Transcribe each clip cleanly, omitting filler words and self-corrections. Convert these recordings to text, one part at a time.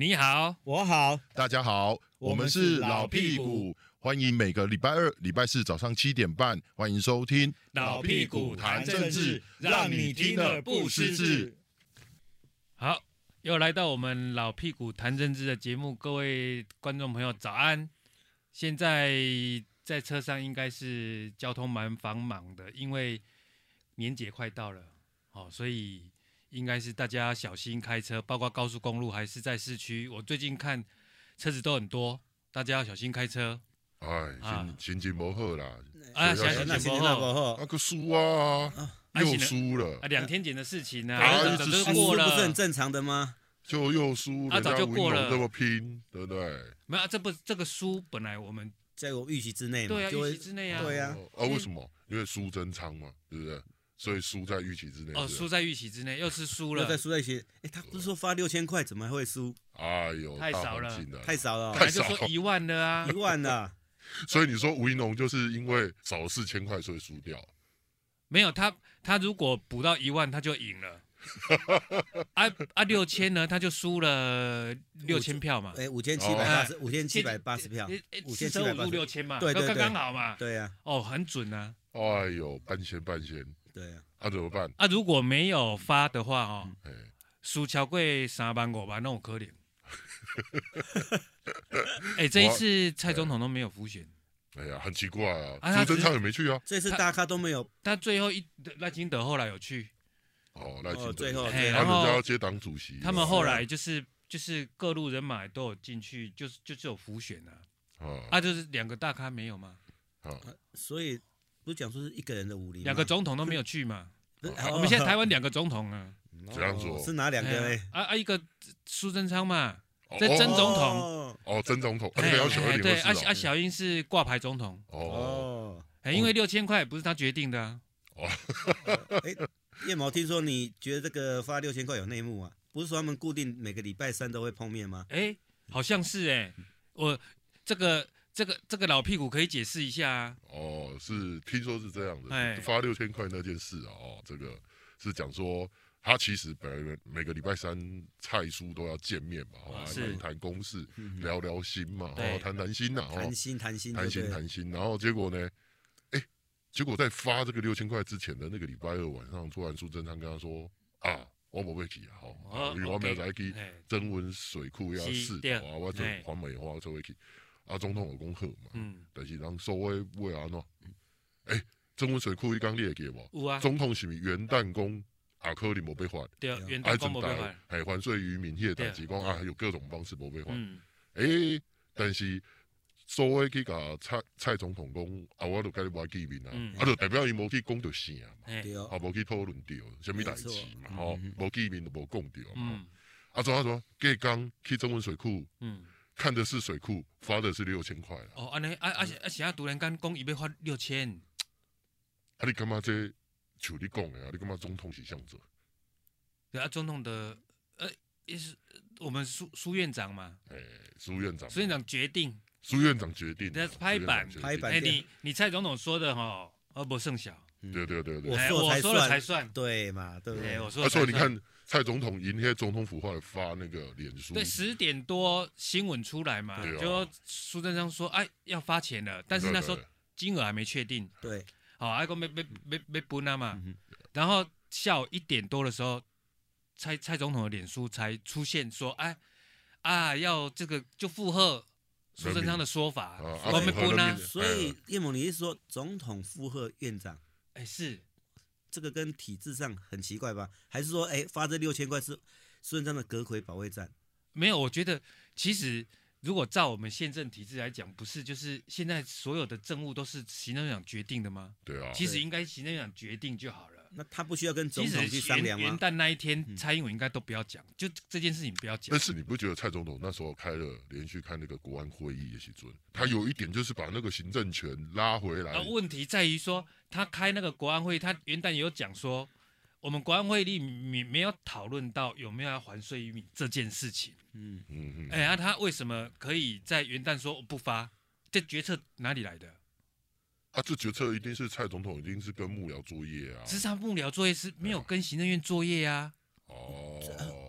你好， 我好， 大家好，我们是老屁股，欢迎每个礼拜二、礼拜四早上7点半，欢迎收听老屁股谈政治，让你听了不失智。好，又来到我们老屁股谈政治的节目，各位观众朋友早安。现在在车上应该是交通蛮繁忙的，因为年节快到了，所以应该是大家小心开车，包括高速公路还是在市区。我最近看车子都很多，大家要小心开车。 心情不好啦， 心情不好， 那个输啊，又输了 ，2天前的事情啊， 早就过了， 不是很正常的吗？ 就又输了， 早就过了， 这么拼，对不对？ 没有，这个输本来我们在我预期之内嘛， 对啊，预期之内啊， 对啊， 为什么？因为输真仓嘛，对不对？所以输在预期之内。 输在预期之内，又是输了， 又在输在预期。他不是说发6000块，怎么还会输？ 哎呦， 太少了， 太少了， 本来就说1万了啊 ，1万了。 所以你说吴一农就是因为少了4000块，所以输掉？ 没有，他如果补到1万，他就赢了。6000呢，他就输了6000票嘛。 5780票 ，4780 6000嘛， 对， 刚刚好嘛。 对啊， 很准啊。 哎呦，半仙。 对啊， 怎么办？ 如果没有发的话，输超过3万5万，那种可怜。这一次蔡总统都没有浮选。 哎呀，很奇怪啊，苏贞昌也没去啊。 这次大咖都没有， 他最后赖清德后来有去。 赖清德最后， 然后人家要接党主席， 他们后来就是各路人马都有进去，就是有浮选啊。就是2个大咖没有嘛。 所以不是讲说是一个人的武力 ，2个总统都没有去嘛。我们现在台湾2个总统啊。 这样说是哪2个嘞？ 一个苏贞昌嘛，这曾总统。 曾总统，那个要小英对，小英是挂牌总统。因为6000块不是他决定的啊。 叶毛，听说你觉得这个发6000块有内幕啊？不是说他们固定每个礼拜3都会碰面吗？ 好像是我这个老屁股可以解释一下啊。 是听说是这样的，发6000块那件事这个是讲说他其实本来每个礼拜3蔡苏都要见面嘛，谈公事，聊聊心嘛，谈心呐，谈心，然后结果呢？结果在发这个6000块之前的那个礼拜2晚上，突然苏贞昌跟他说我不会去因为我明仔去曾文水库要试我做环美花做会去总统有讲好嘛，但是人所谓为安怎？曾文水库你刚你会记无？ 有啊。 总统是咪元旦公可能无被还？ 对，元旦公无被还。 还税于民迄个代志讲有各种方式无被还。但是。所谓去甲蔡总统讲我就跟你无见面就代表伊无去讲到啥嘛，无去讨论到什么代志嘛，无见面就无讲到嘛。怎么？隔天去曾文水库，看的是水库，发的是6000块啦。 安尼现在突然间讲伊要发6000， 你感觉这像你讲的你感觉总统是这样做？ 对总统的也是我们苏院长嘛， 苏院长决定。 苏院长决定， 那拍板，你蔡总统说的不胜小， 对， 我说了才算， 对嘛，对不对？ 我说了才算。 你看蔡总统迎接总统府后来发那个脸书， 对，10点多新闻出来嘛，就苏贞昌说要发钱了，但是那时候金额还没确定， 对， 还讲没分啊嘛，然后下午1点多的时候，蔡总统的脸书才出现说，要这个就附和。苏贞昌的说法，我们不呢。 所以叶某，你是说总统附和院长？ 是这个跟体制上很奇怪吧？还是说，发这6000块是苏贞昌的阁揆保卫战？ 没有，我觉得其实如果照我们宪政体制来讲，不是就是现在所有的政务都是行政院长决定的吗？ 对啊， 其实应该行政院长决定就好了。 那他不需要跟总统去商量吗？ 元旦那一天，蔡英文应该都不要讲，就这件事情不要讲。 但是你不觉得蔡总统那时候连续开那个国安会议的时候，他有一点就是把那个行政权拉回来？ 问题在于说，他开那个国安会议，他元旦也有讲说，我们国安会议没有讨论到有没有要还税于民这件事情。他为什么可以在元旦说不发？这决策哪里来的？ 这决策一定是蔡总统一定是跟幕僚作业啊。 事实上，幕僚作业是没有跟行政院作业啊。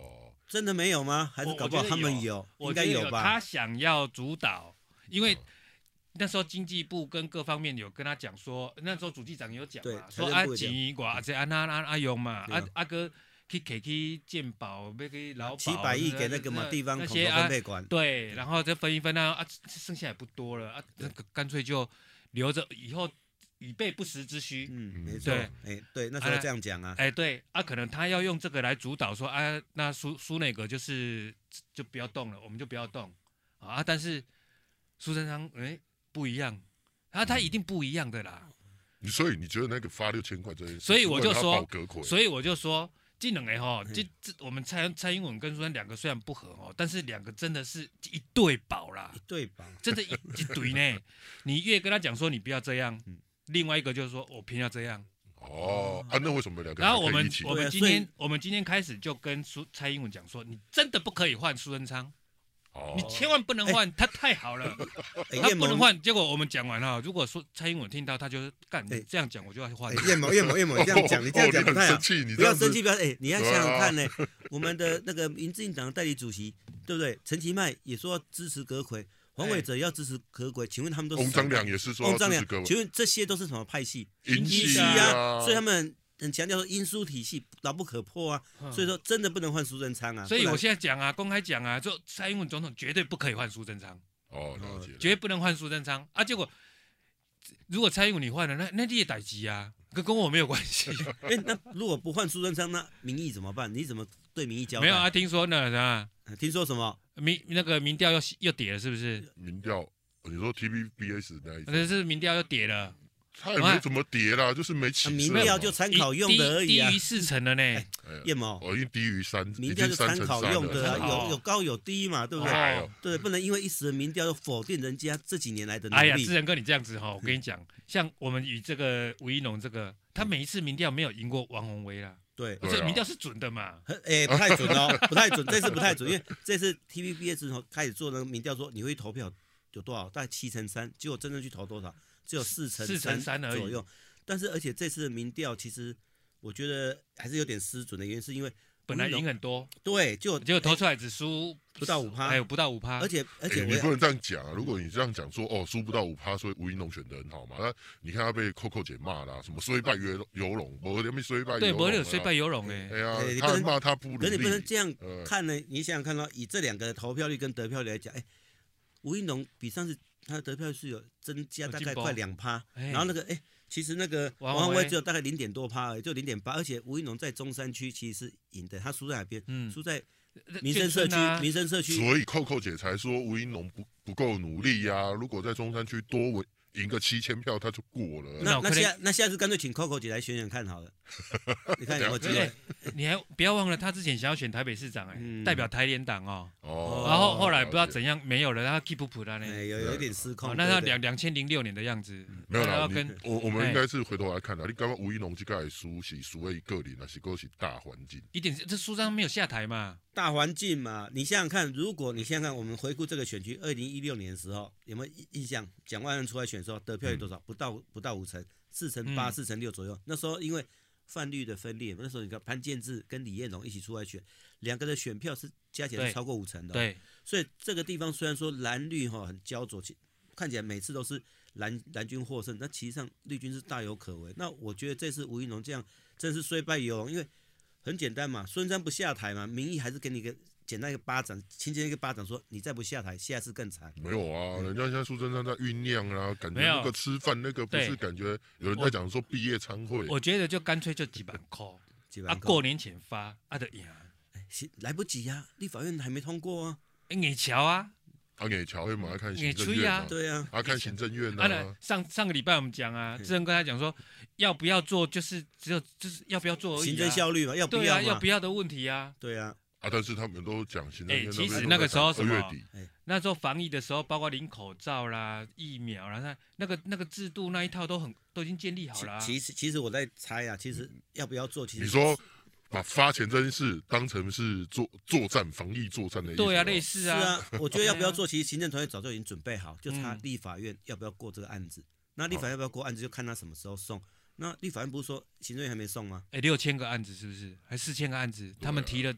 真的没有吗？还是搞不好他们有？应该有吧？ 他想要主导，因为那时候经济部跟各方面有跟他讲说，那时候主计长有讲嘛，说钱偌这安用嘛，哥去健保，要去劳保 700亿给那个嘛地方统筹分配管， 对，然后再分一分剩下也不多了干脆就留着以后。以备不时之需， 没错，对，那时候这样讲啊， 对可能他要用这个来主导说那苏内阁就不要动了，我们就不要动但是苏贞昌不一样，他一定不一样的啦。 所以你觉得那个发6000块这件事， 所以我就说，这两个我们蔡英文跟苏贞两个虽然不合但是两个真的是一对宝啦， 一对宝， 真的一对呢。你越跟他讲说你不要这样。另外一个就是说我偏要这样那为什么两个人？ 然后我们今天开始就跟蔡英文讲说，你真的不可以换苏贞昌，你千万不能换，他太好了，他不能换。结果我们讲完了，如果说蔡英文听到，他就是干你这样讲，我就要换。 叶某这样讲，你这样讲不太好，不要生气，不要你要想想看呢，我们的那个民进党的代理主席，对不对？陈其迈也说要支持阁揆。黄伟哲要支持阁揆，请问他们都是？ 翁章良也是说要支持阁揆， 请问这些都是什么派系？ 英系啊，所以他们很强调说英苏体系牢不可破啊，所以说真的不能换苏贞昌啊。 所以我现在讲公开讲就蔡英文总统绝对不可以换苏贞昌。 了解， 绝对不能换苏贞昌结果如果蔡英文你换了，那你也逮鸡啊，跟我没有关系。 那如果不换苏贞昌，那民意怎么办？你怎么对民意交代？ 没有听说呢，是吧？ 听说什么？ 那个民调又跌了，是不是？ 民调，你说 TVBS 那一次？是民调又跌了。 他也没怎么跌啦，就是没起色。 民调就参考用的而已低于4成了呢。 叶某， 已经低于3， 民调就参考用的，有高有低嘛，对不对？对，不能因为一时的民调就否定人家这几年来的努力。 志仁哥，你这样子我跟你讲，像我们与这个吴怡农他每一次民调没有赢过王宏威啦。 对， 这民调是准的嘛？ 不太准不太准，这次不太准，因为这次 TVBS 开始做那个民调，说你会投票有多少？大概7成3，结果真正去投多少？只有4成3左右。但是而且这次的民调，其实我觉得还是有点失准的原因，是因为本来赢很多， 对，结果投出来只输不到5%， 还有不到5%， 而且你不能这样讲啊！如果你这样讲说输不到5%，所以吴怡农选得很好嘛？那你看他被Coco姐骂啦，什么虽败犹荣，没什么虽败犹荣， 对，没有虽败犹荣他骂他不努力， 可是你不能这样看呢。你想想看以这两个投票率跟得票率来讲，吴怡农比上次他的得票率是有增加大概快2%，然后其实那个王宏威只有大概0.多%，就0.8%，而且吴怡农在中山区其实是赢的，他输在哪边？输在民生社区， 所以Coco姐才说吴怡农不够努力呀。如果在中山区多赢个7000票，他就过了。 那下次干脆请 Coco 姐来选选看好了。你看有没有机会？ 你还不要忘了，他之前想要选台北市长代表台联党然后后来不知道怎样没有了，他 keep up 了呢， 有一点失控。 那他2006年的样子， 没有啦。我们应该是回头来看的。你刚刚吴怡农这个输是输在个人，还是够是大环境？ 一点这苏章没有下台嘛？ 大环境嘛，你想想看，如果你想想看，我们回顾这个选区，2016年的时候有没有印象？蒋万安出来选的时候得票有多少？不到5成，4成8、4成6左右。那时候因为泛绿的分裂，那时候你看潘建志跟李彦龙一起出来选，两个的选票是加起来是超过5成的。 对， 所以这个地方虽然说蓝绿很焦灼，看起来每次都是蓝军获胜，但其实上绿军是大有可为。那我觉得这次吴怡农这样真是虽败犹荣，因为很简单嘛，孙中山不下台嘛，民意还是给你一个简单一个巴掌，轻轻一个巴掌，说你再不下台，下次更惨。 没有啊，人家现在苏贞昌在酝酿啊，感觉那个吃饭那个不是感觉有人在讲说毕业餐会。 我觉得就干脆就几万块，过年前发就赢。 来不及啊，立法院还没通过啊。 硬桥啊， 硬桥会马上看行政院啊， 对啊， 看行政院啊。 上个礼拜我们讲志仁跟他讲说，要不要做就是要不要做而已。 行政效率嘛，要不要嘛？ 要不要的问题啊。 对啊。 但是他们都讲行政院其实那个时候什么？ 那时候防疫的时候，包括领口罩啦、疫苗啦，那个制度那一套都已经建立好了。 其实我在猜啊，其实要不要做？其实你说把发钱这件事当成是作战防疫作战的意思。 对啊，类似啊。 是啊，我觉得要不要做，其实行政团队早就已经准备好，就差立法院要不要过这个案子。那立法院要不要过案子，就看他什么时候送。那立法院不是说行政院还没送吗？ 6000个案子是不是？还4000个案子，他们提了。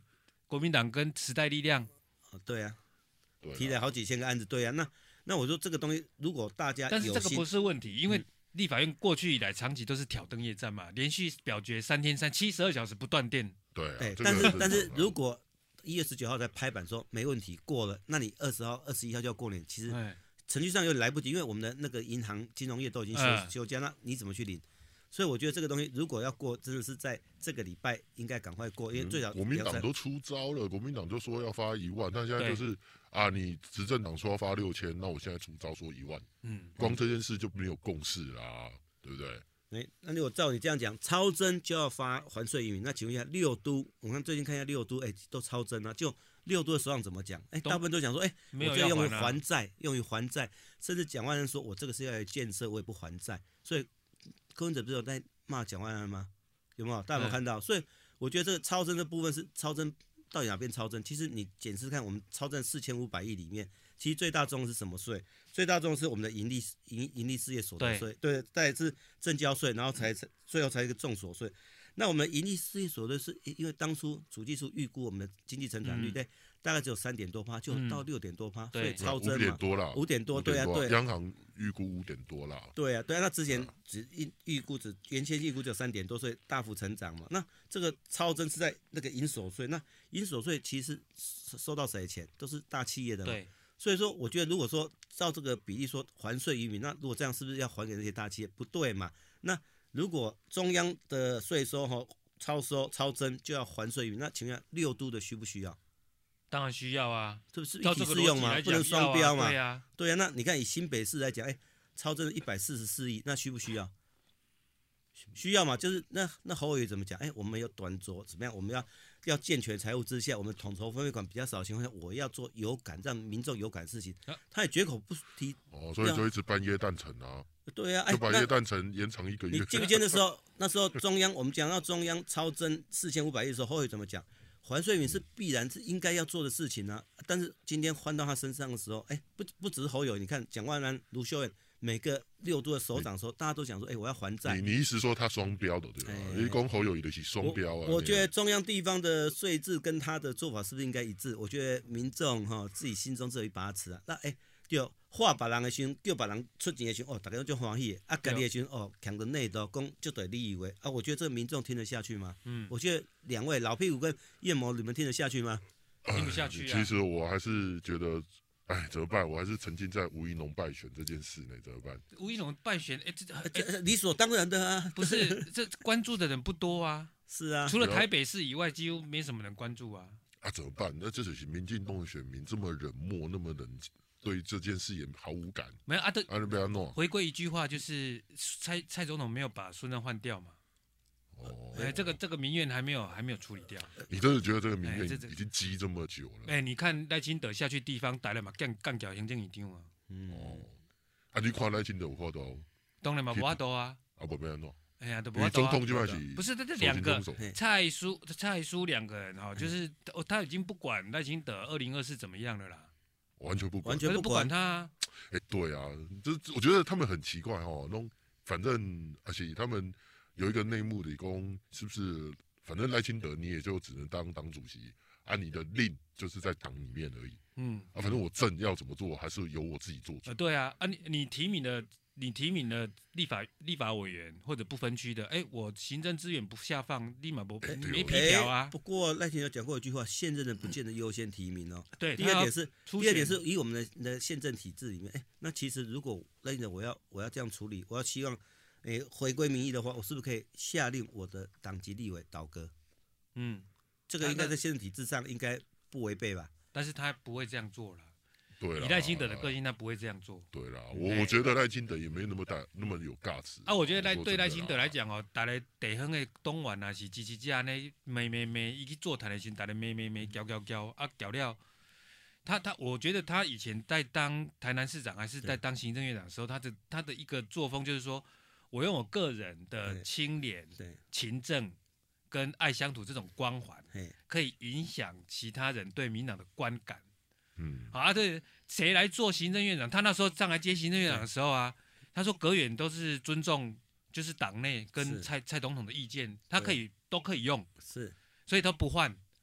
国民党跟时代力量。 对啊，提了好几千个案子，对啊，那我说这个东西，如果大家但是这个不是问题，因为立法院过去以来长期都是挑灯夜战嘛，连续表决3天72小时不断电。 对啊， 但是如果1月19号才拍板说没问题过了，那你20号、21号就要过年，其实程序上有点来不及，因为我们的那个银行、金融业都已经休假，那你怎么去领？所以我觉得这个东西如果要过，真的是在这个礼拜应该赶快过，因为最早国民党都出招了，国民党就说要发1万，但现在就是你执政党说要发6000，那我现在出招说1万，光这件事就没有共识啦，对不对？ 那如果照你这样讲，超征就要发还税移民，那请问一下6都，我看最近看一下6都，都超征啊，就6都的首长怎么讲？大部分都讲说，我就用于还债，用于还债，甚至蒋万安说我这个是要来建设，我也不还债，所以柯文哲不是有在骂蒋万安吗？有没有？大家有没有看到？所以我觉得这个超征的部分是超征到底哪边超征？其实你检视看，我们超征4500亿里面，其实最大宗是什么税？最大宗是我们的盈利事业所得税，对，再来是证交税，然后最后才一个重所税。那我们盈利事业所得是因为当初主计处预估我们的经济成长率大概只有3.多%，就到6点多%，所以超征嘛， 5点多啦 ，5点多，对啊，对， 央行预估5点多啦， 对啊，那之前原先预估只有3点多，所以大幅成长嘛。那这个超征是在那个营所税，那营所税其实收到谁的钱，都是大企业的嘛。对，所以说我觉得如果说照这个比例说还税于民，那如果这样是不是要还给那些大企业？不对嘛。那如果中央的税收超征就要还税于民，那请问6都的需不需要？ 当然需要啊， 这不是一体适用嘛，不能双标嘛。对啊，那你看以新北市来讲，超征144亿，那需不需要？需要嘛，就是那侯友宜怎么讲？我们有短拙怎么样？我们要健全财务之下，我们统筹分配款比较少的情况下，我要做有感让民众有感的事情，他也绝口不提。 所以就一直办耶诞城啊。 对啊， 就把耶诞城延长1个月。 你记不记得那时候中央我们讲到中央超征4500亿的时候，侯友宜怎么讲？还税民是必然是应该要做的事情啊，但是今天换到他身上的时候，不只是侯友宜，你看蒋万安、卢秀燕每个6都的首长的时候，大家都讲说，我要还债。 你意思说他双标的对吧？你讲侯友宜的是双标啊。 我觉得中央地方的税制跟他的做法是不是应该一致？我觉得民众自己心中只有一把尺啊。那就画别人的时候，叫别人出钱的时候，大家都就欢喜的。家己的时候，强着内斗，讲就对利益的。我觉得这个民众听得下去吗？我觉得2位老屁股跟燕谋，你们听得下去吗？ 听不下去啊。 其实我还是觉得，怎么办？我还是沉浸在吴怡农败选这件事呢，怎么办？ 吴怡农败选， 这理所当然的啊。 不是，这关注的人不多啊。 是啊， 除了台北市以外，几乎没什么人关注啊。 怎么办？那这就是民进党的选民这么冷漠，那么冷。对这件事也毫无感， 没有啊， 你不要弄。 回归一句话，就是蔡总统没有把孙任换掉嘛。这个民怨还没有处理掉。 你真的觉得这个民怨已经积这么久了？ 你看赖清德下去地方待了嘛，干掉行政院长啊。 你看赖清德有看到？ 当然嘛，无法度啊。 不要弄。 都无法度啊。 总统就开始不是这2个蔡苏2个人就是他已经不管赖清德2024怎么样了啦。 完全不管他啊。 对啊，我觉得他们很奇怪反正而且他们有一个内幕的功，是不是？反正赖清德你也就只能当党主席你的令就是在党里面而已。反正我政要怎么做，还是由我自己做主。 对啊，你提名了立法委员或者不分区的，我行政资源不下放，立马没皮条啊。 不过赖清德讲过一句话，现任的不见得优先提名哦。 对， 第二点是以我们的宪政体制里面，那其实如果赖清德我要这样处理，我要希望回归民意的话，我是不是可以下令我的党籍立委倒戈？这个应该在宪政体制上应该不违背吧？ 但是他不会这样做了。 对啦， 以赖清德的个性，他不会这样做。 对啦，我觉得赖清德也没那么有尬词我觉得对赖清德来讲大家地方的党员啊是支持者安尼，伊去座谈的时候，大家叫了。我觉得他以前在当台南市长还是在当行政院长的时候，他的一个作风就是说，我用我个人的清廉、勤政跟爱乡土这种光环，可以影响其他人对民党的观感。对，谁来做行政院长？他那时候上来接行政院长的时候他说阁员都是尊重，就是党内跟蔡总统的意见，他都可以用， 是， 所以他不换。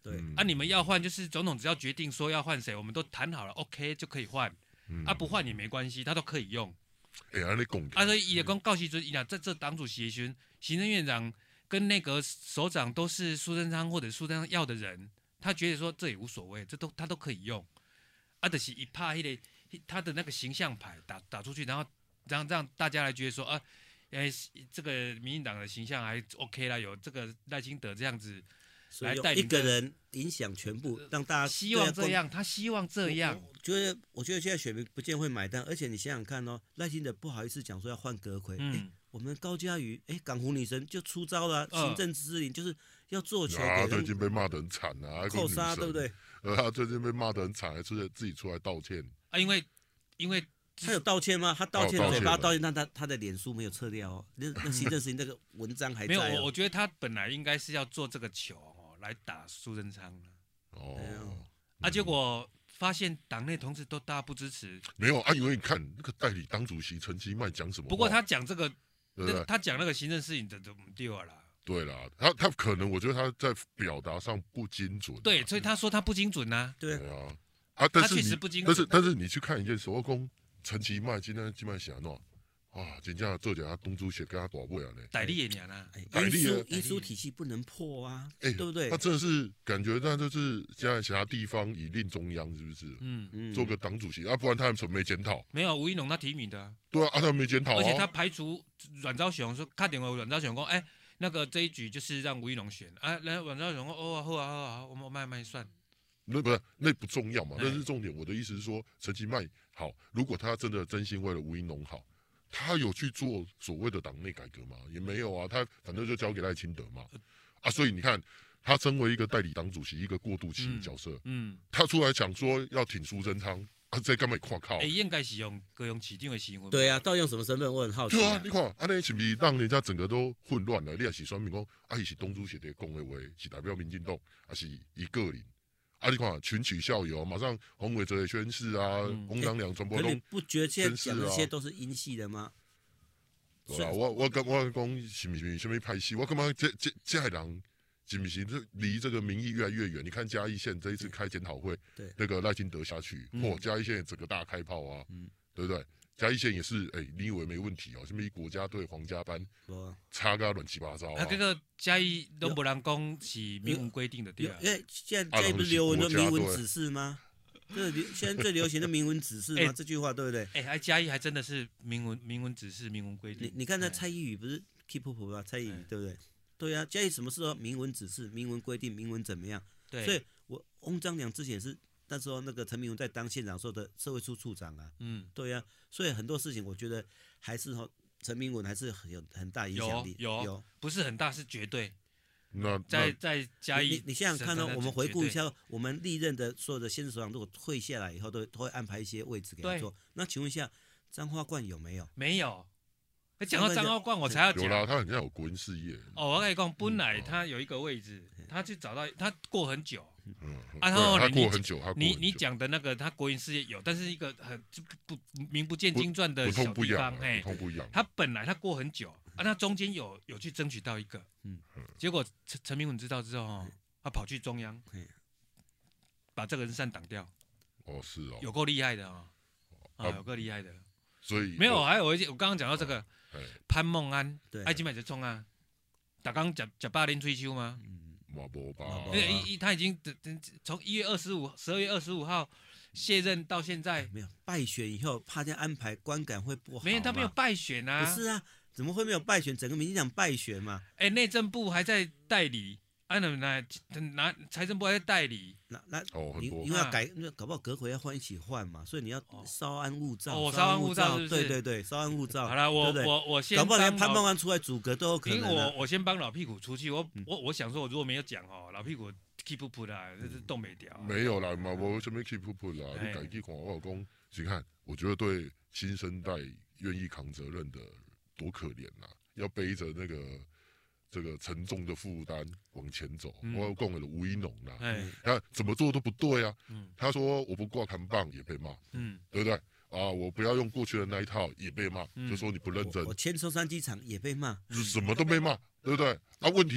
对你们要换，就是总统只要决定说要换谁，我们都谈好了 ，OK 就可以换。不换也没关系，他都可以用。所以也讲到时阵，这党主席时，行政院长跟内阁首长都是苏贞昌或者苏贞昌要的人，他觉得说这也无所谓，他都可以用。就是一怕他的那个形象牌打出去，然后让大家来觉得说这个民进党的形象还 OK 啦，有这个赖清德这样子来带领一个人影响全部，让大家希望这样，他希望这样。 我觉得现在选民不见会买单，而且你想想看哦，赖清德不好意思讲说要换阁揆，我们高嘉瑜，港湖女神就出招了，行政支令就是要做球给最近被骂得很惨啊， 扣杀对不对？ 他最近被骂得很惨，还自己出来道歉因为他有道歉吗？他道歉，嘴巴道歉，但他的脸书没有撤掉哦。那行政执行那个文章还在。 没有，我觉得他本来应该是要做这个球来打苏贞昌结果发现党内同志都大家不支持。 没有因为你看那个代理党主席陈其迈讲什么？ 不过他讲这个，他讲那个行政事情都不对了啦。 对啦，他可能我觉得他在表达上不精准。 对，所以他说他不精准啊。 对啊，但是他确实不精准。 但是你去看一件事，我讲陈其迈今天想喏。真正做假，他东珠血跟他大尾啊呢， 代理的呢， 医书体系不能破啊，对不对？ 他真的是感觉那就是现在其他地方以令中央，是不是？做个党主席不然他们没检讨。 没有吴怡农他提名的。 对他没检讨而且他排除阮昭雄说，打电话阮昭雄说，那个这一局就是让吴怡农选来阮昭雄说，好啊，我们慢慢算。 那不重要嘛，那是重点。我的意思是说，陈其迈好，如果他真的真心为了吴怡农好。他有去做所谓的党内改革吗？也没有啊，他反正就交给赖清德嘛。所以你看，他身为一个代理党主席，一个过渡期的角色，他出来讲说要挺苏贞昌，这干嘛跨靠？ 应该是用各用市长的身份。 对啊，到底用什么身份？我很好奇。 对啊，你看，那是不是让人家整个都混乱了？你也是选民讲，他是东主席的讲的话，是代表民进党，还是一个人？你看群起效尤，马上洪伟哲也宣誓洪长良全部都。 可你不觉得现在讲这些都是英系的吗？ 对啊，我讲是不是什么派系？我感觉这人是不是离这个民意越来越远？你看嘉义县这一次开检讨会，那个赖清德下去，嘉义县整个大开炮啊，对不对？嘉义县也是，你以为没问题什么国家队、皇家班，差个乱七八糟这个嘉义都不能讲是明文规定的，对啊。 因为现在嘉义不是流文的明文指示吗？现在最流行的明文指示嘛，这句话对不对？ 嘉义还真的是明文指示、明文规定。 你看那蔡依宇不是 keep up 吗？蔡依宇对不对？对啊，嘉义什么时候明文指示、明文规定、明文怎么样？ 对。 所以翁章良之前是那时候那个陈明文在当县长时候的社会处处长啊。对啊，所以很多事情我觉得还是陈明文还是有很大影响力。 有，不是很大，是绝对。 在嘉义， 你想想看我们回顾一下，我们历任的所有的县市首长，如果退下来以后，都会安排一些位置给他做。那请问一下，彰化冠有没有？ 没有。讲到彰化冠，我才要讲。 有啦，他好像有国营事业。 我跟你讲，本来他有一个位置，他去找到他过很久。 然后他过很久， 你讲的那个他国营事业有，但是一个很不名不见经传的小地方， 不一样。 他本来他过很久。他中间有去争取到一个，结果陈明文知道之后，他跑去中央，把这个人善挡掉。 是哦， 有够厉害的有够厉害的。 所以没有，还有一件，我刚刚讲到这个潘孟安，爱金买就冲啊，打刚吃霸林退休吗？ 没吧？ 他已经从12月25号卸任到现在， 没有败选以后，怕这样安排观感会不好。 没有，他没有败选啊。 不是啊。怎么会没有败选？整个民进党败选嘛？ 内政部还在代理，拿财政部还在代理。 因为要改，搞不好阁揆要一起换嘛，所以你要稍安勿躁。 稍安勿躁， 对，稍安勿躁。 好了，我先搞不好连潘孟安出来组阁都有可能。 因为我先帮老屁股出去，我想说，我如果没有讲老屁股 keep up 啦，这是动没掉。 没有啦，我什么 keep up 啦？你改去看我老公，你看，我觉得对新生代愿意扛责任的。多可怜呐！要背着这个沉重的负担往前走。我有讲了吴怡农啦，他怎么做都不对啊。他说我不挂扛棒也被骂，对不对？我不要用过去的那一套也被骂，就说你不认真。 我签松山机场也被骂， 什么都被骂，对不对？问题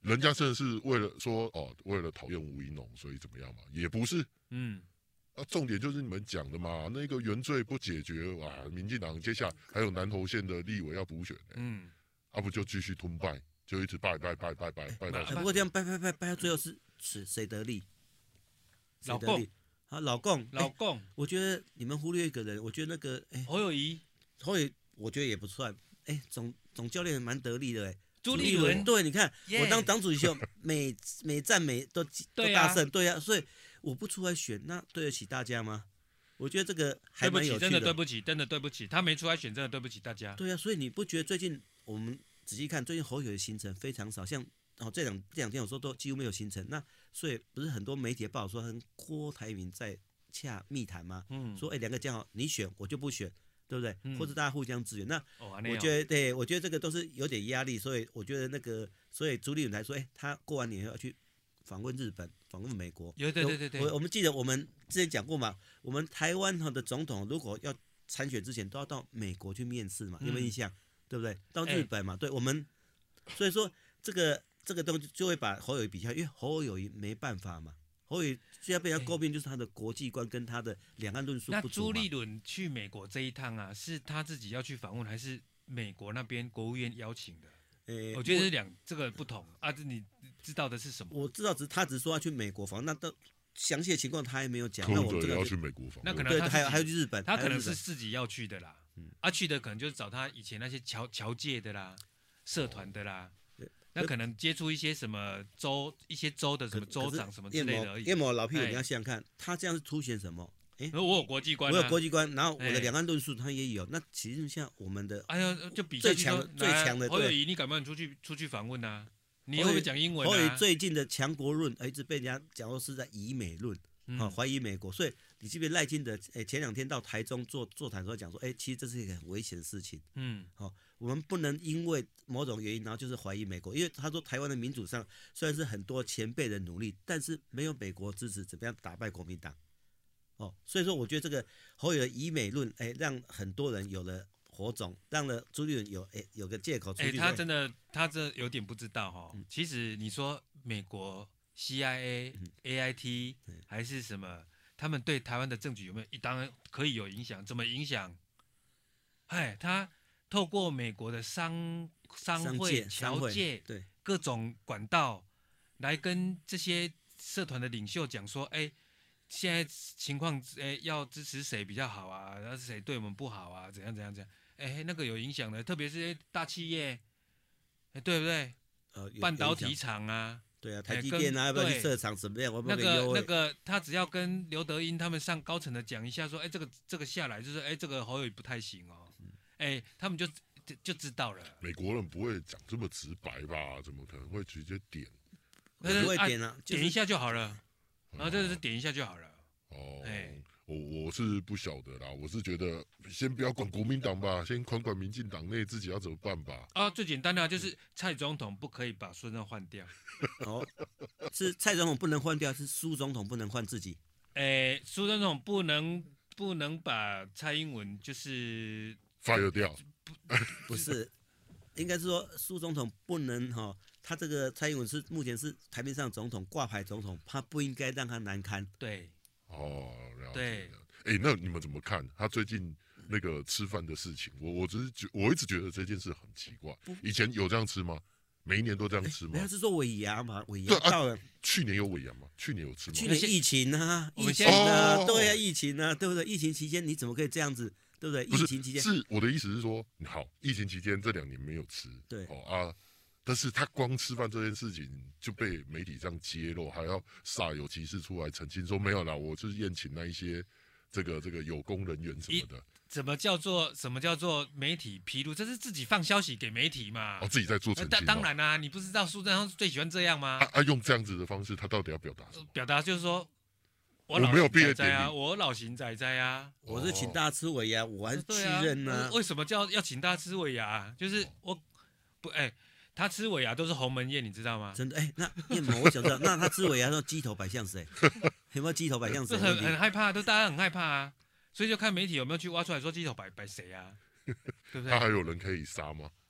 人家真的是为了说为了讨厌吴怡农，所以怎么样嘛？也不是，重点就是你们讲的嘛，那个原罪不解决民进党接下来还有南投县的立委要补选，不就继续吞败，就一直拜到。 不过这样拜到最后是谁得利？ 老共啊，老共，我觉得你们忽略一个人，我觉得那个侯友宜， 我觉得也不算，总教练蛮得力的朱立伦， 对，你看我当党主席后，每战都大胜，对啊，所以我不出来选，那对得起大家吗？我觉得这个还蛮有趣的。 真的对不起，他没出来选，真的对不起大家。 对啊，所以你不觉得最近我们仔细看，最近侯友宜的行程非常少，像这两天有时候都几乎没有行程，那所以不是很多媒体报说跟郭台铭在洽密谈吗？说两个讲好，你选我就不选。对不对？或者大家互相支援，那我觉得，对，我觉得这个都是有点压力，所以我觉得所以朱立伦来说，他过完年要去访问日本，访问美国。 对。 我们记得我们之前讲过嘛，我们台湾的总统如果要参选之前，都要到美国去面试嘛，有没有印象？对不对？到日本嘛，对我们，所以说这个东西就会把侯友宜比较，因为侯友宜没办法嘛。侯友宜现在被人家诟病，就是他的国际观跟他的两岸论述不足嘛。 那朱立伦去美国这一趟啊，是他自己要去访问，还是美国那边国务院邀请的？我觉得是这个不同啊。你知道的是什么？ 我知道，他只是说要去美国访问，那到详细的情况他还没有讲。 那我这个要去美国访问， 那可能对，还有去日本， 他可能是自己要去的啦。去的可能就是找他以前那些侨界的啦、社团的啦。那可能接触一些什么一些州的什么州长什么之类的而已。 叶某老屁股，你要想想看，他这样是凸显什么？ 我有国际观， 然后我的两岸论述他也有。那其实像我们的， 就比最强的侯友宜，你敢不敢出去访问啊？你会不会讲英文啊？ 侯友宜最近的强国论，一直被人家讲说是在以美论，怀疑美国。所以你这边赖清德，前2天到台中座谈的时候讲说，其实这是一个很危险的事情。我们不能因为某种原因，然后就是怀疑美国，因为他说台湾的民主上虽然是很多前辈的努力，但是没有美国支持，怎么样打败国民党？所以说我觉得这个侯友宜的以美论，让很多人有了火种，让了朱立伦有个借口出去。 他这有点不知道其实你说美国 CIA、AIT 还是什么，他们对台湾的政局有没有？当然可以有影响，怎么影响？他透过美国的商会、侨界， 对各种管道来跟这些社团的领袖讲说，现在情况，要支持谁比较好啊？然后谁对我们不好啊？怎样？那个有影响的，特别是大企业，对不对？半导体厂啊， 对啊，台积电啊，要不要去设厂什么样？ 那个，他只要跟刘德音他们上高层的讲一下，说，这个下来就是，这个侯友宜不太行哦。他们就知道了。 美国人不会讲这么直白吧？怎么可能会直接点？ 不会点啊， 点一下就好了。然后就是点一下就好了。 我是不晓得啦，我是觉得先不要管国民党吧，先管民进党内自己要怎么办吧。 最简单的就是蔡总统不可以把孙中换掉。 是蔡总统不能换掉，是苏总统不能换自己。 苏总统不能把蔡英文就是 fire掉。 不是，应该是说苏总统不能他这个蔡英文是目前是台面上总统挂牌总统，他不应该让他难堪。 对。 了解了。那你们怎么看他最近那个吃饭的事情？我一直觉得这件事很奇怪。以前有这样吃吗？每一年都这样吃吗？ 他是说尾牙嘛，尾牙到了。 去年有尾牙吗？去年有吃吗？ 去年疫情啊，对啊，疫情啊，对不对？疫情期间你怎么可以这样子？对不对？疫情期间是我的意思是说，好，疫情期间这2年没有吃， 对但是他光吃饭这件事情就被媒体这样揭露，还要煞有其事出来澄清说没有啦，我就是宴请那一些这个有功人员什么的。 什么叫做媒体披露？这是自己放消息给媒体嘛？ 自己在做澄清。 当然啦，你不知道苏贞昌最喜欢这样吗？ 用这样子的方式，他到底要表达什么？ 表达就是说， 我没有毕业典礼， 我老邢仔仔啊， 我是请大家吃尾牙，我还是去任啊。 为什么要请大家吃尾牙？就是我不他吃尾牙都是鸿门宴，你知道吗？ 真的那叶某，我想知道，那他吃尾牙说鸡头摆向谁？有没有鸡头摆向谁？ 很害怕，大家很害怕啊，所以就看媒体有没有去挖出来说鸡头摆谁啊，对不对？ 他还有人可以杀吗？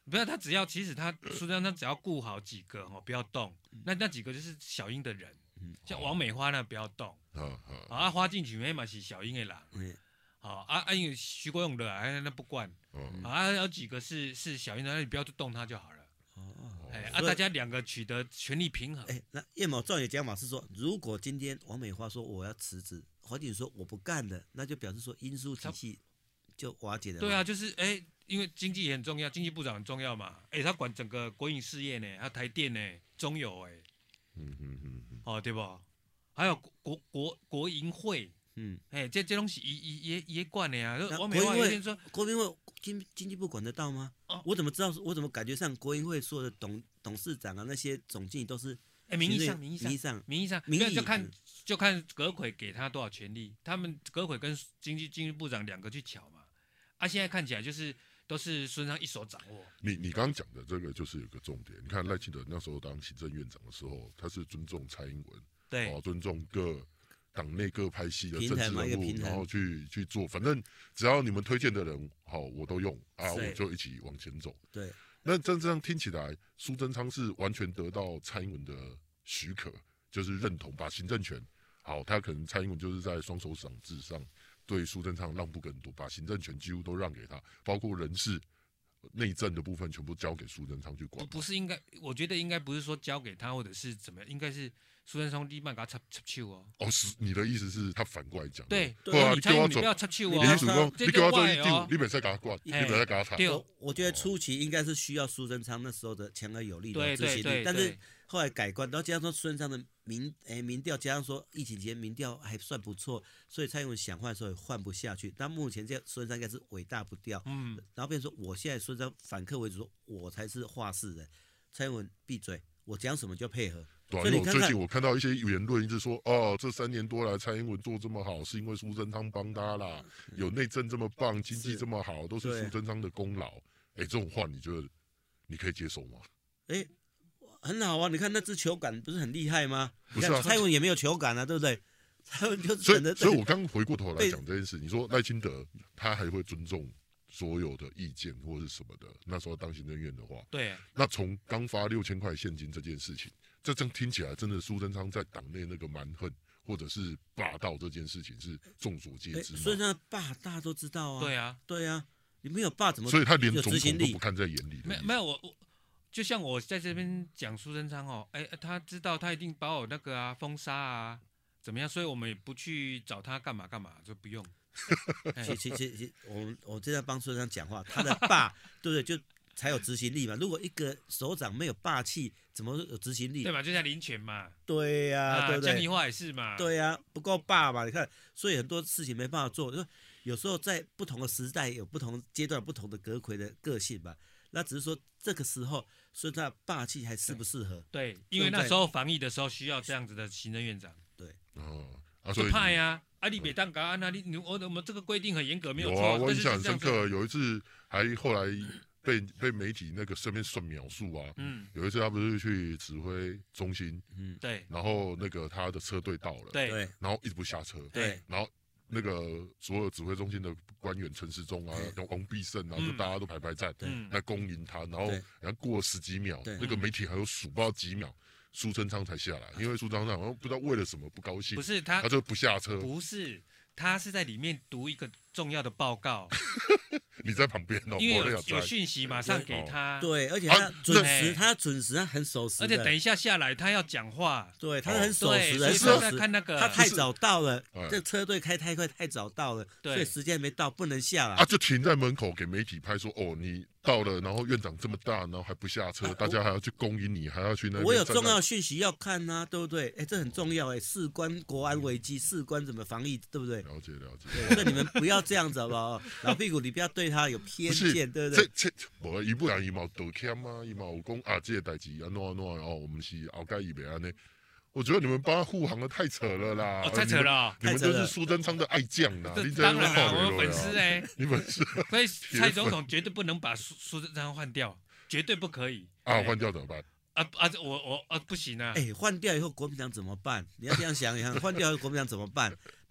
不要他只要其实他苏贞昌他只要顾好几个不要动，那几个就是小英的人，像王美花那不要动，花进去嘛是小英的人，因为徐国勇的那不管，有几个是小英的，那你不要去动他就好了。大家两个取得权力平衡。 那叶某照也讲嘛，是说如果今天王美花说我要辞职，黄锦说我不干了，那就表示说英苏体系就瓦解了。 对啊，就是因为经济也很重要，经济部长很重要嘛。他管整个国营事业呢，还有台电呢，中油对不？还有国营会，这东西也管的呀。王美花有点说， 国营会经济部管得到吗？我怎么知道？我怎么感觉上国营会所有的董事长啊，那些总经理都是名义上，就看葛揆给他多少权力，他们葛揆跟经济部长两个去抢嘛。现在看起来都是孙中山一手掌握。 你刚刚讲的这个就是有个重点，你看赖清德那时候当行政院长的时候，他是尊重蔡英文， 对， 尊重各党内各派系的政治人物，然后去做，反正只要你们推荐的人好，我都用我就一起往前走。 对， 那这样听起来，苏贞昌是完全得到蔡英文的许可，就是认同，把行政权他可能蔡英文就是在双手掌制上对苏贞昌让步更多，把行政权几乎都让给他，包括人事、内政的部分全部交给苏贞昌去管。 不是应该，我觉得应该不是说交给他，或者是怎么样，应该是苏贞昌立马给他插手哦。 是你的意思是他反过来讲？ 对， 你蔡英文你不要插手哦。 你意思说你给我做一丢，你别再给他管，你别再给他插。 我觉得初期应该是需要苏贞昌那时候的强而有力的执行力，但是后来改观，然后加上说苏贞昌的民调，加上说疫情期间民调还算不错，所以蔡英文想换的时候也换不下去。但目前这苏贞昌应该是尾大不掉，然后变成说我现在苏贞昌反客为主，说我才是话事人，蔡英文闭嘴，我讲什么就配合。 对，因为最近我看到一些言论，一直说这3年多来蔡英文做这么好，是因为苏贞昌帮他啦，有内政这么棒，经济这么好，都是苏贞昌的功劳。这种话你觉得你可以接受吗？ 很好啊，你看那支球杆不是很厉害吗？ 不是啊， 蔡英文也没有球杆啊，对不对？蔡英文就所以我刚回过头来讲这件事，你说赖清德他还会尊重所有的意见或是什么的，那时候当行政院的话， 对， 那从刚发6000块现金这件事情，这听起来真的苏贞昌在党内那个蛮横或者是霸道这件事情是众所皆知嘛。 所以那霸大家都知道啊。对啊，你没有霸怎么？ 所以他连总统都不看在眼里。 没有我。就像我在这边讲苏贞昌他知道他一定把我那个封杀啊，怎么样？所以我们也不去找他干嘛，就不用。 其实我正在帮苏贞昌讲话，他的霸对不对？就才有执行力嘛。如果一个首长没有霸气，怎么有执行力？ 对嘛，就像林权嘛。 对呀，对不对？ 江宜桦也是嘛。 对呀，不够霸嘛？你看，所以很多事情没办法做。就有时候在不同的时代，有不同阶段、不同的葛揆的个性吧。那只是说这个时候，所以他霸气还适不适合？ 对，因为那时候防疫的时候需要这样子的行政院长。 对， 就怕呀，你别当干啊，我们这个规定很严格，没有错。 我印象很深刻，有一次后来被媒体那个身边算描述啊，有一次他不是去指挥中心， 对， 然后那个他的车队到了， 对， 然后一直不下车， 对， 然后那个所有指挥中心的官员陈时中啊、王必胜啊，就大家都排站来恭迎他，然后过了10几秒，那个媒体还有数不知道几秒，苏贞昌才下来，因为苏贞昌好像不知道为了什么不高兴， 不是他就不下车， 不是他是在里面读一个重要的报告。 你在旁边因为有讯息马上给他， 对，而且他准时，他很守时， 而且等一下下来他要讲话， 对，他很守时， 所以他在看那个， 他太早到了，这车队开太快，太早到了，所以时间没到，不能下来， 就停在门口给媒体拍说，你到了，然后院长这么大，然后还不下车，大家还要去恭迎你，还要去那边。 我有重要讯息要看啊，对不对？这很重要事关国安危机，事关怎么防疫，对不对？ 了解。 所以你们不要这样子好不好？老屁股，你不要对他有偏见，对不对？ 无伊不然伊嘛道歉啊，伊嘛有讲这个代志安怎我们是后盖伊袂安尼。我觉得你们帮他护航的太扯了啦！ 太扯了， 你们就是苏贞昌的爱将啦！ 当然了，我们粉丝你粉丝， 所以蔡总统绝对不能把苏贞昌换掉，绝对不可以。 换掉怎么办？ 我不行啊！ 换掉以后国民党怎么办？你要这样想，换掉以后国民党怎么办？对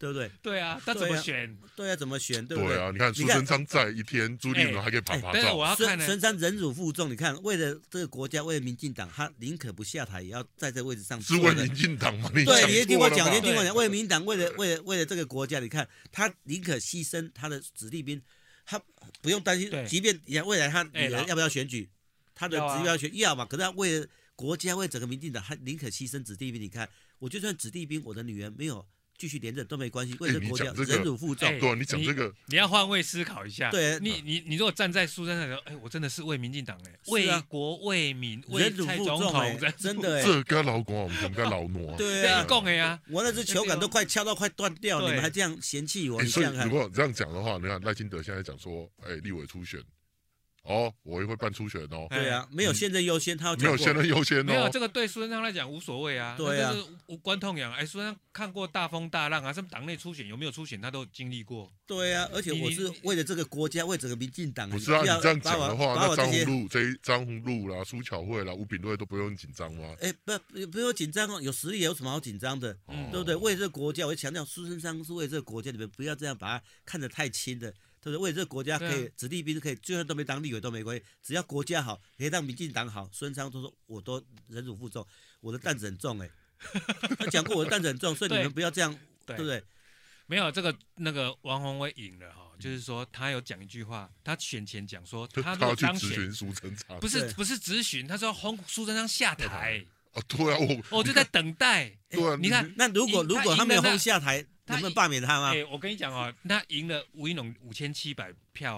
对不对？ 对啊，他怎么选？ 对啊，怎么选？对不对？ 对啊，你看苏贞昌在一天，朱立伦还可以爬照。 但是我要看孙中山忍辱负重，你看为了这个国家，为了民进党，他宁可不下台，也要在这个位置上。 是为民进党吗？ 对，你听我讲，为民进党，为了这个国家，你看他宁可牺牲他的子弟兵，他不用担心，即便未来他女儿要不要选举，他的子弟要选要嘛，可是他为了国家，为整个民进党，他宁可牺牲子弟兵。你看，我就算子弟兵，我的女儿没有继续连任都没关系，为了国家忍辱负重。 对，你讲这个， 你要换位思考一下。 对， 你如果站在苏贞昌的，我真的是为民进党为国为民忍辱负重，真的这跟老公，我们跟老挪。 对啊， 讲的啊， 我那只球杆都快敲到快断掉，你们还这样嫌弃我？ 所以如果这样讲的话，你看赖清德现在讲说，立委初选。我也会办初选哦。 对啊，没有现任优先，他没有现任优先哦。 没有这个对苏贞昌来讲无所谓啊。 对啊， 这是无关痛痒。苏贞昌看过大风大浪啊，什么党内初选有没有初选，他都经历过。 对啊，而且我是为了这个国家，为整个民进党。 不是啊，你这样讲的话，那张宏禄啦、苏巧慧啦、吴秉叡都不用紧张吗？ 不用紧张哦，有实力有什么好紧张的？对不对？为了这个国家，我强调苏贞昌是为了这个国家，你们不要这样把他看得太轻的。对不对？为了这个国家可以，子弟兵可以，就算都没当立委都没关系，只要国家好，可以让民进党好。孙中山都说我都忍辱负重，我的担子很重他讲过我的担子很重，所以你们不要这样，对不对？ 没有那个王宏威赢了就是说他有讲一句话，他选前讲说他要去质询苏贞昌， 不是质询，他说苏贞昌下台。 对啊， 我就在等待。 对啊， 你看， 那如果他没有轰下台，能不能罢免他吗？ 我跟你讲他赢了吴怡农5700票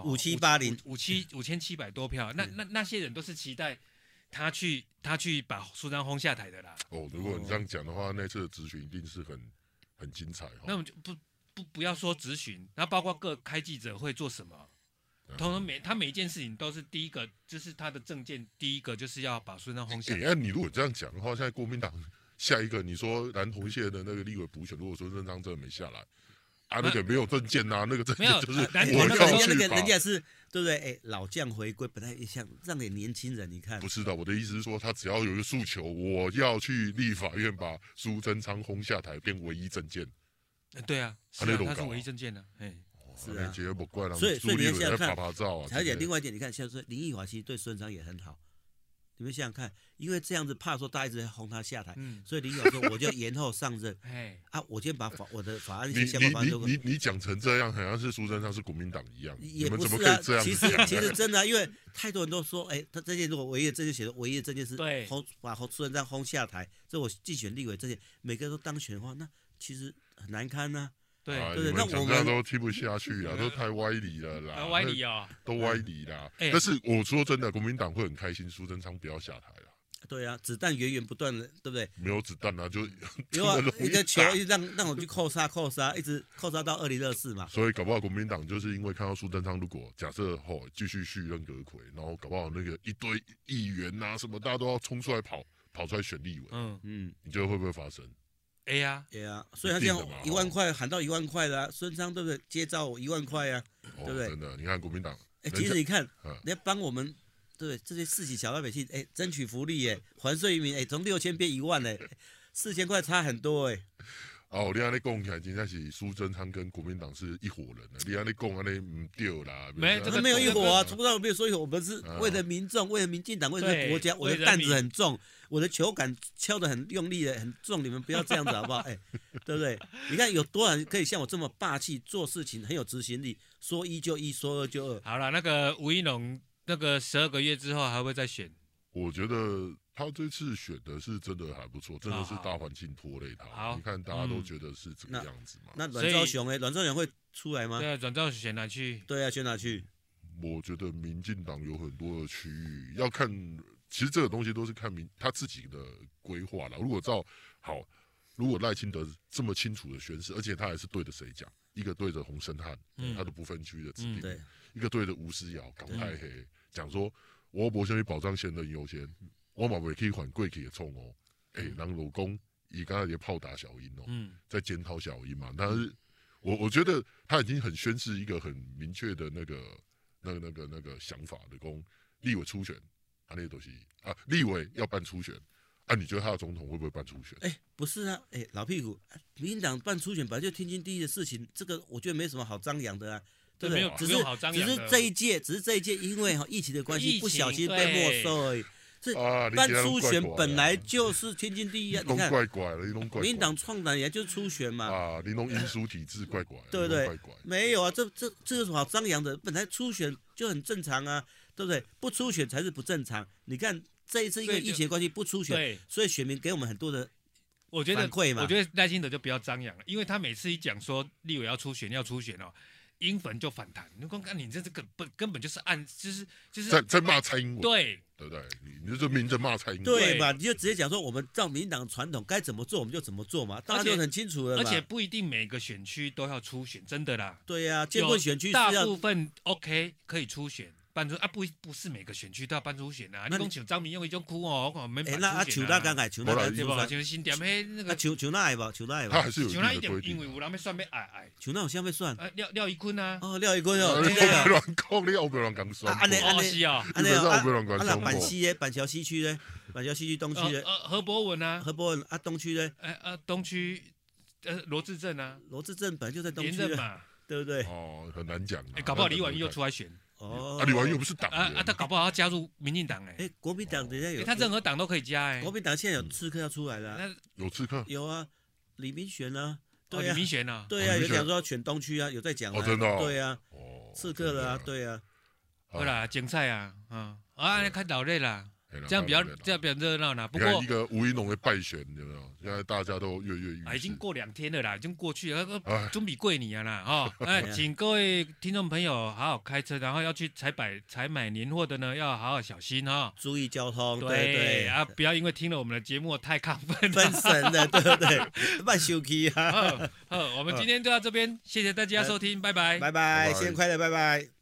，5780，5700多票。那些人都是期待他去把苏贞昌轰下台的啦。 如果你这样讲的话，那次的质询一定是很精彩。 那我们就不要说质询，那包括各开记者会做什么，他每一件事情都是第一个，就是他的政见第一个就是要把苏贞昌轰下台。 你如果这样讲的话，现在国民党下一个你说南投县的那个立委补选，如果说苏贞昌真的没下来，那个没有政见那个政见就是人家是对不对？老将回归，本来也想让给年轻人，你看不是的，我的意思是说，他只要有一个诉求，我要去立法院把苏贞昌轰下台，变唯一政见。 对啊，他是唯一政见的， 是啊， 所以你想想看， 拍照啊。 而且另外一点，你看，像是林奕华其实对孙中山也很好。你们想想看，因为这样子怕说大家一直在轰他下台，所以林奕华说我就延后上任。我今天把我的法案相关法案都你讲成这样，好像是苏贞昌是国民党一样， 也不是啊。 其实真的，因为太多人都说，他这件如果唯一的证件写的唯一的证件是把苏贞昌轰下台，这我竞选立委这些每个都当选的话，那其实很难堪呐。对， 那我们都听不下去啊，都太歪理了啦， 歪理都歪理啦。但是我说真的，国民党会很开心，苏贞昌不要下台啦。 对啊，子弹源源不断的，对不对？ 没有子弹啊，就一个球一直让我去扣杀，一直扣杀到2024嘛。 所以搞不好国民党就是因为看到苏贞昌，如果假设继续续任阁揆，然后搞不好那个一堆议员啊什么，大家都要冲出来跑出来选立委，你觉得会不会发生？ 所以他这样1万块喊到1万块的，孙中山对不对？接照1万块啊，对不对？ 真的，你看国民党， 其实你看，你要帮我们对这些市井小老百姓，争取福利还税于民，从6000变1万，4000块差很多你安尼讲起来，真的是苏贞昌跟国民党是一伙人的。你安尼讲安尼唔对啦， 没有一伙啊，从来没有说一伙。我们是为了民众，为了民进党，为了国家，我的担子很重，我的球杆敲得很用力的，很重。你们不要这样子好不好？对不对？你看有多少人可以像我这么霸气，做事情很有执行力，说一就一，说二就二。 好了，那个吴怡农那个12个月之后还会再选？ 我觉得他这次选的是真的还不错，真的是大环境拖累他。你看大家都觉得是这个样子嘛。 那阮昭雄阮昭雄会出来吗？ 对啊，阮昭雄选哪去？ 对啊，选哪去？ 我觉得民进党有很多的区域要看，其实这个东西都是看他自己的规划啦。如果赖清德这么清楚的宣示，而且他还是对着谁讲？一个对着洪胜汉，他的不分区的指定，一个对着吴思瑶、港太黑，讲说我无想去保障先人优先，我嘛袂去反过去的冲人老公伊刚才也炮打小英在检讨小英嘛。但是我觉得他已经很宣示一个很明确的那个想法的，立委初选，那都是立委要办初选你觉得他的总统会不会办初选？ 不是啊，老屁股，民进党办初选本来就天经地义的事情，这个我觉得没什么好张扬的啊。对不对？只是这一届，因为疫情的关系，不小心被没收而已。是办初选本来就是天经地义啊！你看， 怪怪了， 民进党创党也就是初选嘛。 你弄因素体制怪怪， 对不对？没有啊，这有什么好张扬的？本来初选就很正常啊，对不对？不出选才是不正常。你看这一次因为疫情的关系不出选，所以选民给我们很多的反馈嘛。 我觉得赖清德就不要张扬了，因为他每次一讲说立委要出选哦。英粉就反弹，你光看你这根本就是就是在骂蔡英文， 对不对？你就明着骂蔡英文， 对嘛？你就直接讲说我们照民进党的传统该怎么做我们就怎么做嘛，大家就很清楚了嘛。 而且不一定每个选区都要初选，真的啦。 对呀，建棍选区大部分 OK 可以初选。办出不是每个选区都要办初选啊！你讲像张明勇一种哭哦，我没办初选那像那刚才像那对吧？像新店迄那个像那会无？ 他还是有像那一定因为有人要算要矮。 像那有啥要算？ 廖一坤啊！ 廖一坤哦， 你别乱讲，你后边乱讲算。 是啊， 板西咧，板桥西区咧，板桥西区东区咧。 何博文啊， 东区咧。 东区罗志正啊， 罗志正本来就在东区嘛， 对不对？ 很难讲。 搞不好李婉玉又出来选。 李婉玉又不是党他搞不好要加入民进党国民党等下有， 他任何党都可以加国民党现在有刺客要出来了， 有刺客？ 有啊，李明玄啊， 对啊，李明玄啊， 对啊，有讲说要选东区啊，有在讲啊， 真的， 对啊，刺客了啊，对啊， 好啦，精彩啊，看老累啦。这样比较热闹啦。不过一个吴怡农的败选有没有？现在大家都跃跃欲试。 已经过2天了啦，已经过去了，准备过年啦请各位听众朋友好好开车，然后要去采买年货的呢，要好好小心注意交通。 对不要因为听了我们的节目太亢奋分神了，对不对？慢休息啊。 我们今天就到这边，谢谢大家收听，拜拜， 新年快乐，拜拜。